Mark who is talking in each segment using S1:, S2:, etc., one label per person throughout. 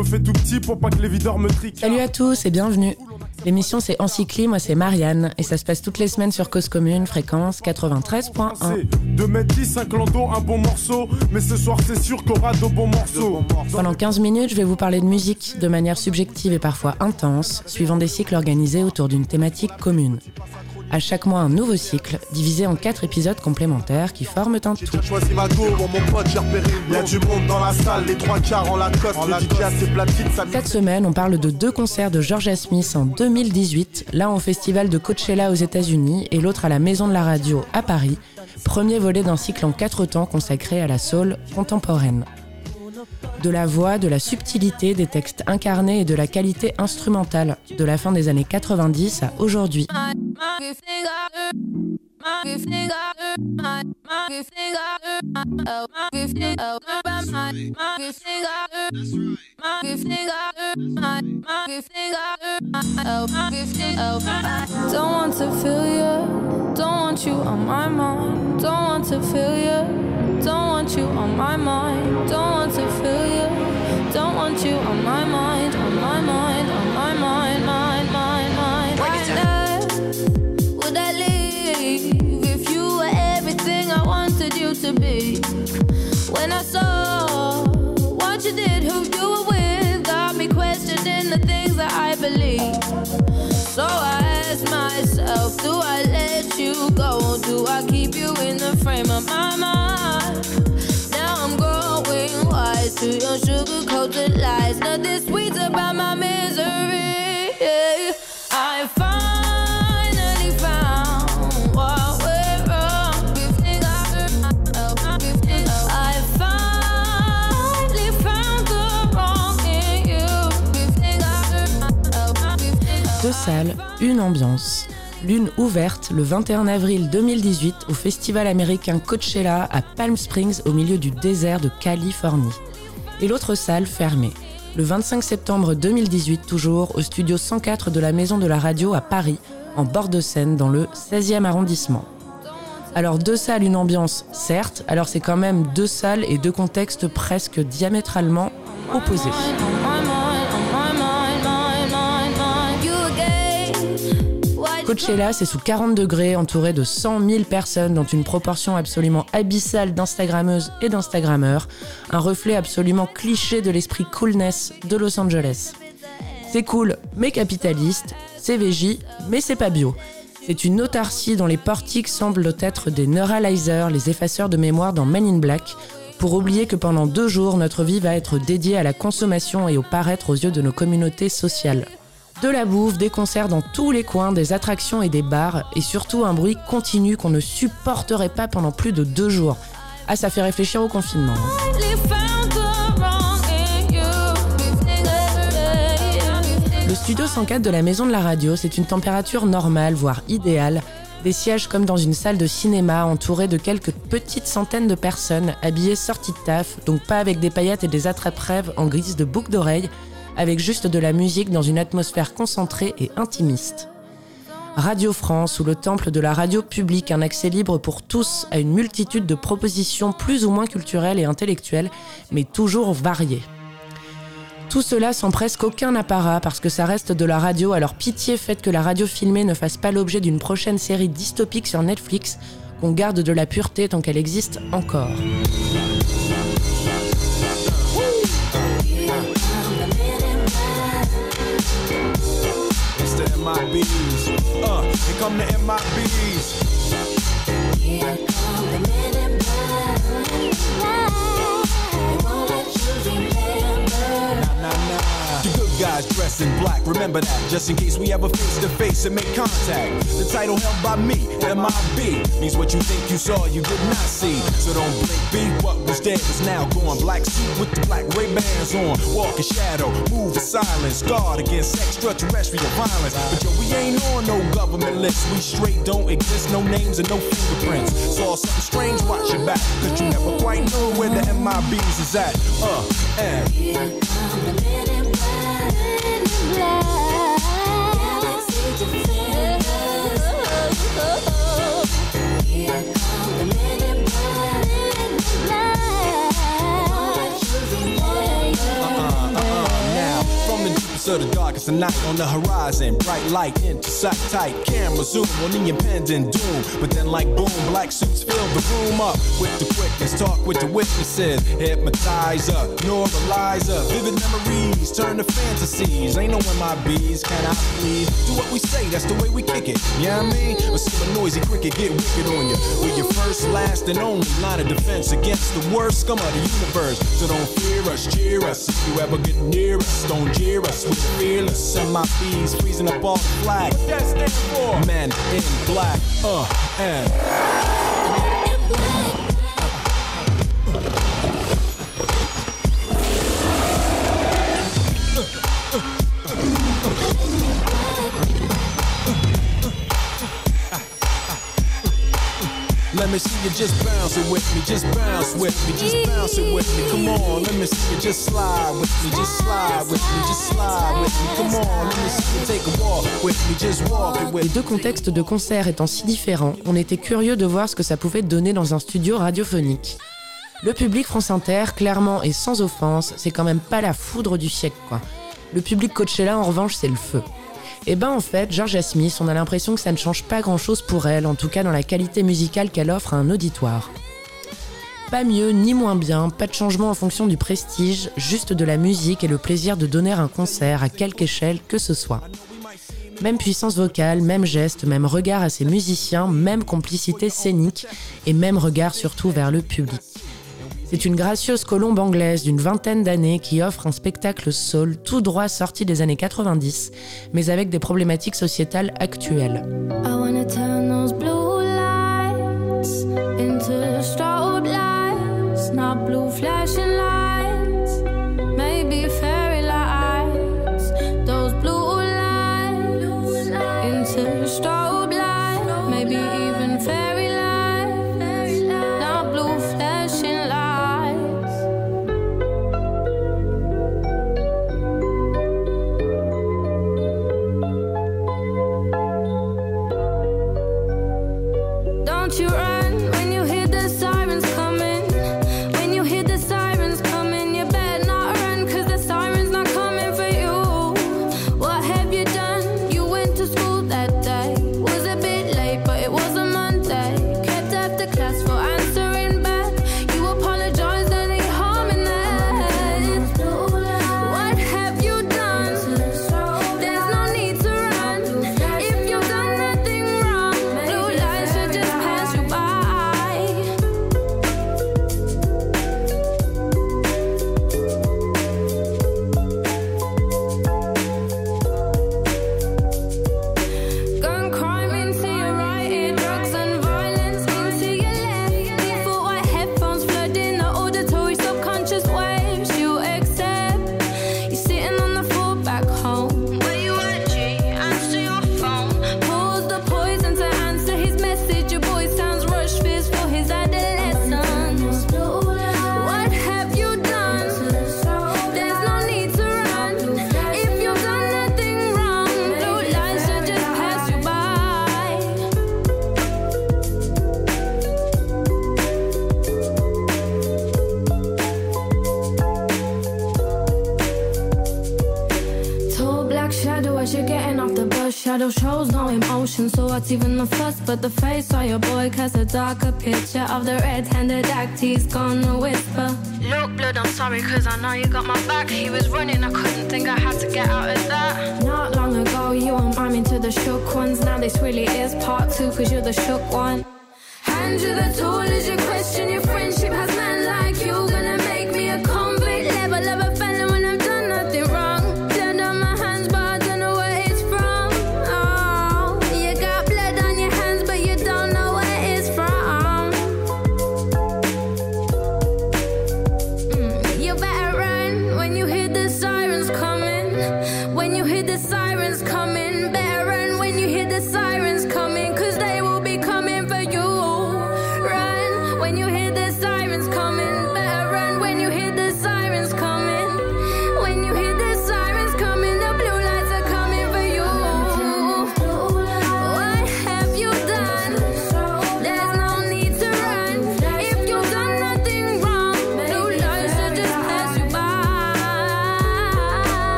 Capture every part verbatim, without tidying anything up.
S1: me fais tout petit pour pas que les videurs me triquent.
S2: Salut à tous et bienvenue. L'émission c'est Encycli, moi c'est Marianne et ça se passe toutes les semaines sur Cause Commune, fréquence quatre-vingt-treize point un.
S1: deux mètres dix, un clando, un bon morceau, mais ce soir c'est sûr qu'il y aura de bons morceaux.
S2: Pendant quinze minutes, je vais vous parler de musique de manière subjective et parfois intense, suivant des cycles organisés autour d'une thématique commune. À chaque mois, un nouveau cycle, divisé en quatre épisodes complémentaires qui forment un tout. Cette semaine, on parle de deux concerts de Georgia Smith en deux mille dix-huit, l'un au festival de Coachella aux États-Unis et l'autre à la Maison de la Radio à Paris, premier volet d'un cycle en quatre temps consacré à la soul contemporaine. De la voix, de la subtilité, des textes incarnés et de la qualité instrumentale, de la fin des années quatre-vingt-dix à aujourd'hui.
S3: Don't want to feel you, don't want you on my mind. Don't want to feel you, don't want you on my mind. Don't want to feel you, don't want you on my mind, on my mind, on my mind, mind, mind, mind. Why would I leave if you were everything I wanted you to be? When I saw what you did, who you were with, got me questioning the things that I believe. So I ask myself, do I let you go? Do I keep you in the frame of my mind? Now I'm growing wise to your sugar-coated lies. Nothing sweet about my misery. I finally found what went wrong. I finally found the wrong in you.
S2: Deux salles, une ambiance. L'une ouverte le vingt et un avril deux mille dix-huit au festival américain Coachella à Palm Springs au milieu du désert de Californie. Et l'autre salle fermée, le vingt-cinq septembre deux mille dix-huit toujours au studio cent quatre de la Maison de la Radio à Paris, en bord de Seine dans le seizième arrondissement. Alors deux salles, une ambiance, certes, alors c'est quand même deux salles et deux contextes presque diamétralement opposés. Coachella, c'est sous quarante degrés, entouré de cent mille personnes, dont une proportion absolument abyssale d'instagrammeuses et d'instagrammeurs, un reflet absolument cliché de l'esprit coolness de Los Angeles. C'est cool, mais capitaliste, c'est végie, mais c'est pas bio. C'est une autarcie dont les portiques semblent être des neuralizers, les effaceurs de mémoire dans Men in Black, pour oublier que pendant deux jours, notre vie va être dédiée à la consommation et au paraître aux yeux de nos communautés sociales. De la bouffe, des concerts dans tous les coins, des attractions et des bars, et surtout un bruit continu qu'on ne supporterait pas pendant plus de deux jours. Ah, ça fait réfléchir au confinement. Le studio cent quatre de la Maison de la Radio, c'est une température normale, voire idéale. Des sièges comme dans une salle de cinéma, entourés de quelques petites centaines de personnes, habillées sorties de taf, donc pas avec des paillettes et des attrape-rêves en guise de boucles d'oreilles, avec juste de la musique dans une atmosphère concentrée et intimiste. Radio France, ou le temple de la radio publique, un accès libre pour tous à une multitude de propositions plus ou moins culturelles et intellectuelles, mais toujours variées. Tout cela sans presque aucun apparat, parce que ça reste de la radio, alors pitié faites que la radio filmée ne fasse pas l'objet d'une prochaine série dystopique sur Netflix, qu'on garde de la pureté tant qu'elle existe encore.
S4: M I B's, uh, here come the M I B's. Here come the men in black. They won't let you remember. Nah, nah, nah. The good guys dressed in black, remember that, just in case we ever face to face and make contact. The title held by me, M I B, means what you think you saw, you did not see. So don't blink, be what was dead is now gone. Black suit with the black Ray-Bans on, walk in shadow, move in silence, guard against extraterrestrial violence. But yo, we ain't on no government list, we straight don't exist, no names and no fingerprints. Saw something strange, watch your back, cause you never quite know where the M I B's is at. Uh, and here come the men in black, men in black. Galaxy defenders. Here come the men in black, men in black. Won't let you remember. Uh-uh, uh-uh.
S5: of the darkest of night on the horizon. Bright light into sight tight. Camera zoom on the impending doom. But then like boom, black suits fill the room up with the quickness. Talk with the witnesses. Hypnotizer, neuralizer. Vivid memories turn to fantasies. Ain't no M I Bs, can I please? Do what we say, that's the way we kick it. You know what I mean? Or see a noisy cricket get wicked on you. We're your first, last, and only line of defense against the worst scum of the universe. So don't fear us, cheer us. If you ever get near us, don't jeer us. We're fearless. M I Bs freezing up all the flag. What that stand for? Men in black. Uh, and. Let me see you just bounce it with me, just bounce with me, just bounce it with me, come on. Let me see you just slide with me, just slide with me, just slide with me, come on. Let me see you take a walk with me, just walk it with me.
S2: Les deux contextes de concert étant si différents, on était curieux de voir ce que ça pouvait donner dans un studio radiophonique. Le public France Inter, clairement et sans offense, c'est quand même pas la foudre du siècle, quoi. Le public Coachella, en revanche, c'est le feu. Et ben en fait, Georgia Smith, on a l'impression que ça ne change pas grand-chose pour elle, en tout cas dans la qualité musicale qu'elle offre à un auditoire. Pas mieux ni moins bien, pas de changement en fonction du prestige, juste de la musique et le plaisir de donner un concert à quelque échelle que ce soit. Même puissance vocale, même geste, même regard à ses musiciens, même complicité scénique et même regard surtout vers le public. C'est une gracieuse colombe anglaise d'une vingtaine d'années qui offre un spectacle soul tout droit sorti des années quatre-vingt-dix, mais avec des problématiques sociétales actuelles.
S3: I wanna turn those blue lights into strobe lights, not blue flashing lights, maybe fairy lights. Those blue lights into strobe lights, maybe even fairy lights, not blue flashing lights. Don't you run when you hear the sirens coming. When you hear the sirens coming, you better not run, cause the siren's not coming for you. What have you done? You went to school that day. Was a bit late, but it was a Monday. Kept after class for answering back. You apologized, any harm in that? What have you done? There's no need to run. If you've done nothing wrong, blue lights should just pass you by. Gun crime into your right ear, drugs and violence into your left. Default white headphones flooding the auditory subconscious waves you accept. You're sitting on the floor back home. Where you at, G? Answer your phone. Pause the poison to answer his message. Your boy sounds rush fears for his adolescence. What have you done? There's no need to run. If you've done nothing wrong, blue lights should just pass you by. Tall black shadow as you're getting off the bus. Shadow shows no emotion, so what's even the fuss? But the face of your boy casts a darker picture of the red-handed act he's gonna whisper. Look, blood, I'm sorry, cause I know you got my back. He was running, I couldn't think I had to get out of that. Not long ago, you were miming to the shook ones. Now this really is part two, cause you're the shook one. Hand you the tool as you question your friendship. Has men like you gonna make me a convict? Level of a felon when I've done nothing wrong. Blood on my hands, but I don't know where it's from. Oh, you got blood on your hands, but you don't know where it's from. Mm, you better run when you hear the sirens coming. When you hear the sirens coming, better run when you hear the sirens coming, cause they will be coming for you. Run when you hear the sirens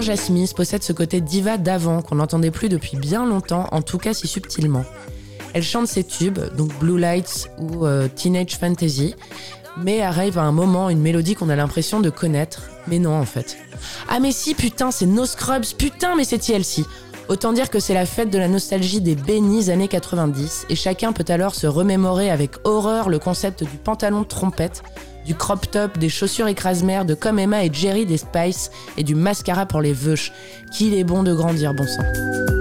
S2: Georgia Smith possède ce côté diva d'avant qu'on n'entendait plus depuis bien longtemps, en tout cas si subtilement. Elle chante ses tubes, donc Blue Lights ou euh, Teenage Fantasy, mais arrive à un moment une mélodie qu'on a l'impression de connaître, mais non en fait. Ah mais si, putain, c'est No Scrubs, putain, mais c'est T L C. Autant dire que c'est la fête de la nostalgie des bénis années quatre-vingt-dix, et chacun peut alors se remémorer avec horreur le concept du pantalon de trompette, du crop top, des chaussures écrase-mer, de Comme Emma et Jerry des Spice, et du mascara pour les veuches. Qu'il est bon de grandir, bon sang.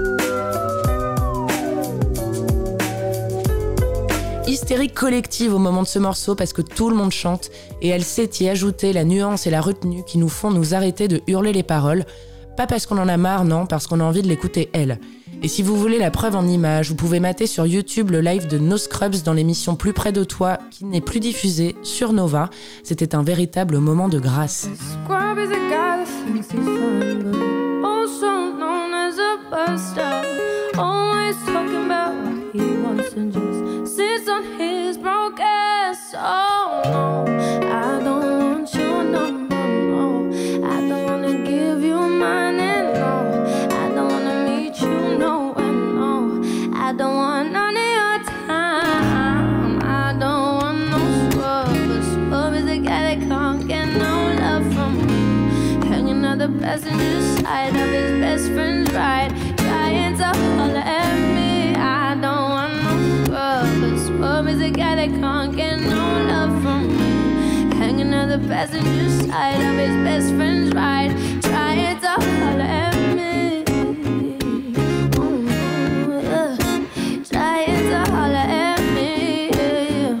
S2: Hystérie collective au moment de ce morceau parce que tout le monde chante et elle sait y ajouter la nuance et la retenue qui nous font nous arrêter de hurler les paroles. Pas parce qu'on en a marre, non, parce qu'on a envie de l'écouter elle. Et si vous voulez la preuve en images, vous pouvez mater sur YouTube le live de No Scrubs dans l'émission Plus près de toi qui n'est plus diffusée sur Nova. C'était un véritable moment de grâce.
S3: Scrub is a guy that thinks he's fine, but also known as a buster. Always talking about what he wants to just sits on his broke ass. Oh no, I don't want your number, no. I don't wanna give you mine, and no, I don't wanna meet you, no, and no, I don't want none of your time. I don't want no scrub, but scrub is a guy that can't get no love from me. Hanging out the passenger side of his best friend's ride, trying to holler at me. I don't want no scrub, but scrub is a guy that can't get no love from me. Hanging on the passenger side of his best friend's ride, trying to holler at me. Oh, yeah. Trying to holler at me. Yeah.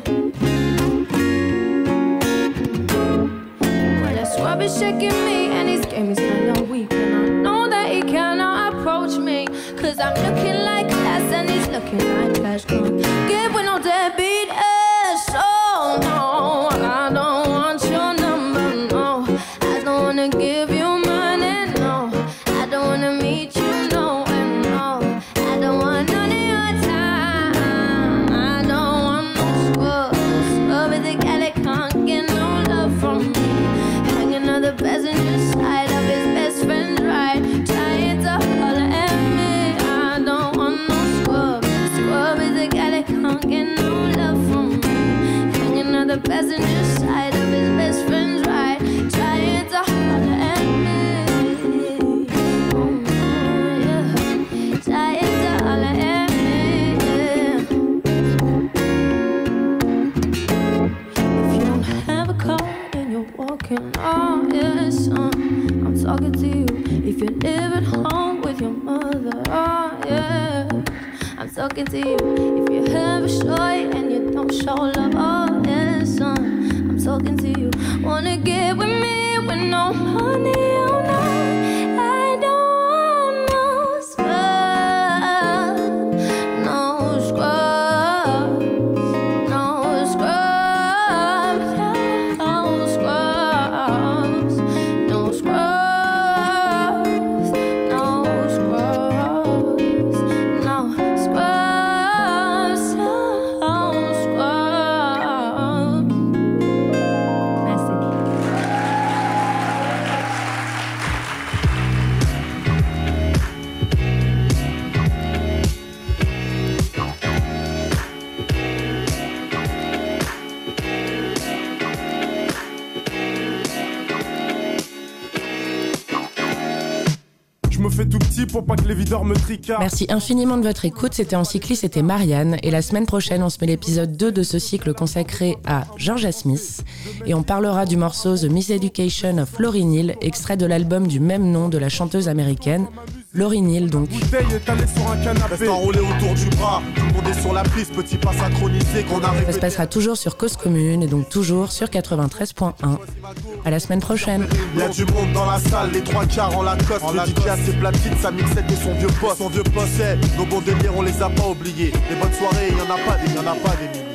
S3: Well, that scrub is shaking me, and his game is kinda weak, and I know that he cannot approach me, cause I'm looking like class and he's looking like trash. Can't get with no deadbeat ass. Oh no, I don't want your number, no. I don't wanna give you mine, and no, I don't wanna meet you, no, and no, I don't want none of your time. I don't want no scrub. Scrub is the guy that can't get no love from me. Hanging on the passenger side of his best friend's ride, trying to holler at me. I don't want no scrub. Scrub is the guy that can't get no love from me. Hanging on the passenger side of his best friend's ride, trying to holler at me. Oh, yeah. Trying to holler at me. Yeah. If you don't have a car and you're walking, oh yeah, son, I'm talking to you. If you live at home with your mother, oh yeah, I'm talking to you. If you have a shorty and you don't show love, oh yeah, son, I'm talking to you. Wanna get with me with no money, oh no, I don't want no scrub, no scrub, no scrub, no scrubs, no scrubs, no scrubs, no scrubs, no scrubs. Merci.
S1: Je me fais tout petit pour pas que les videurs me tricardent.
S2: Merci infiniment de votre écoute, c'était Encycli, c'était Marianne, et la semaine prochaine on se met l'épisode deux de ce cycle consacré à Georgia Smith, et on parlera du morceau The Miseducation of Lauryn Hill, extrait de l'album du même nom de la chanteuse américaine, Lauryn Hill donc.
S1: Bouteille étalée sur un canapé.
S6: Reste enroulé autour du bras, tout le monde est sur la piste, petit pas synchronisé qu'on arrive.
S2: Ça se passera toujours sur Cause Commune et donc toujours sur quatre-vingt-treize point un. À la semaine prochaine.
S6: Y'a du monde dans la salle, les trois quarts en Lacoste. Le D J a ses platines, sa mixette et son vieux poste. Son vieux poste, nos bons délires on les a pas oubliés. Les bonnes soirées, y'en a pas des, y'en a pas des milliers.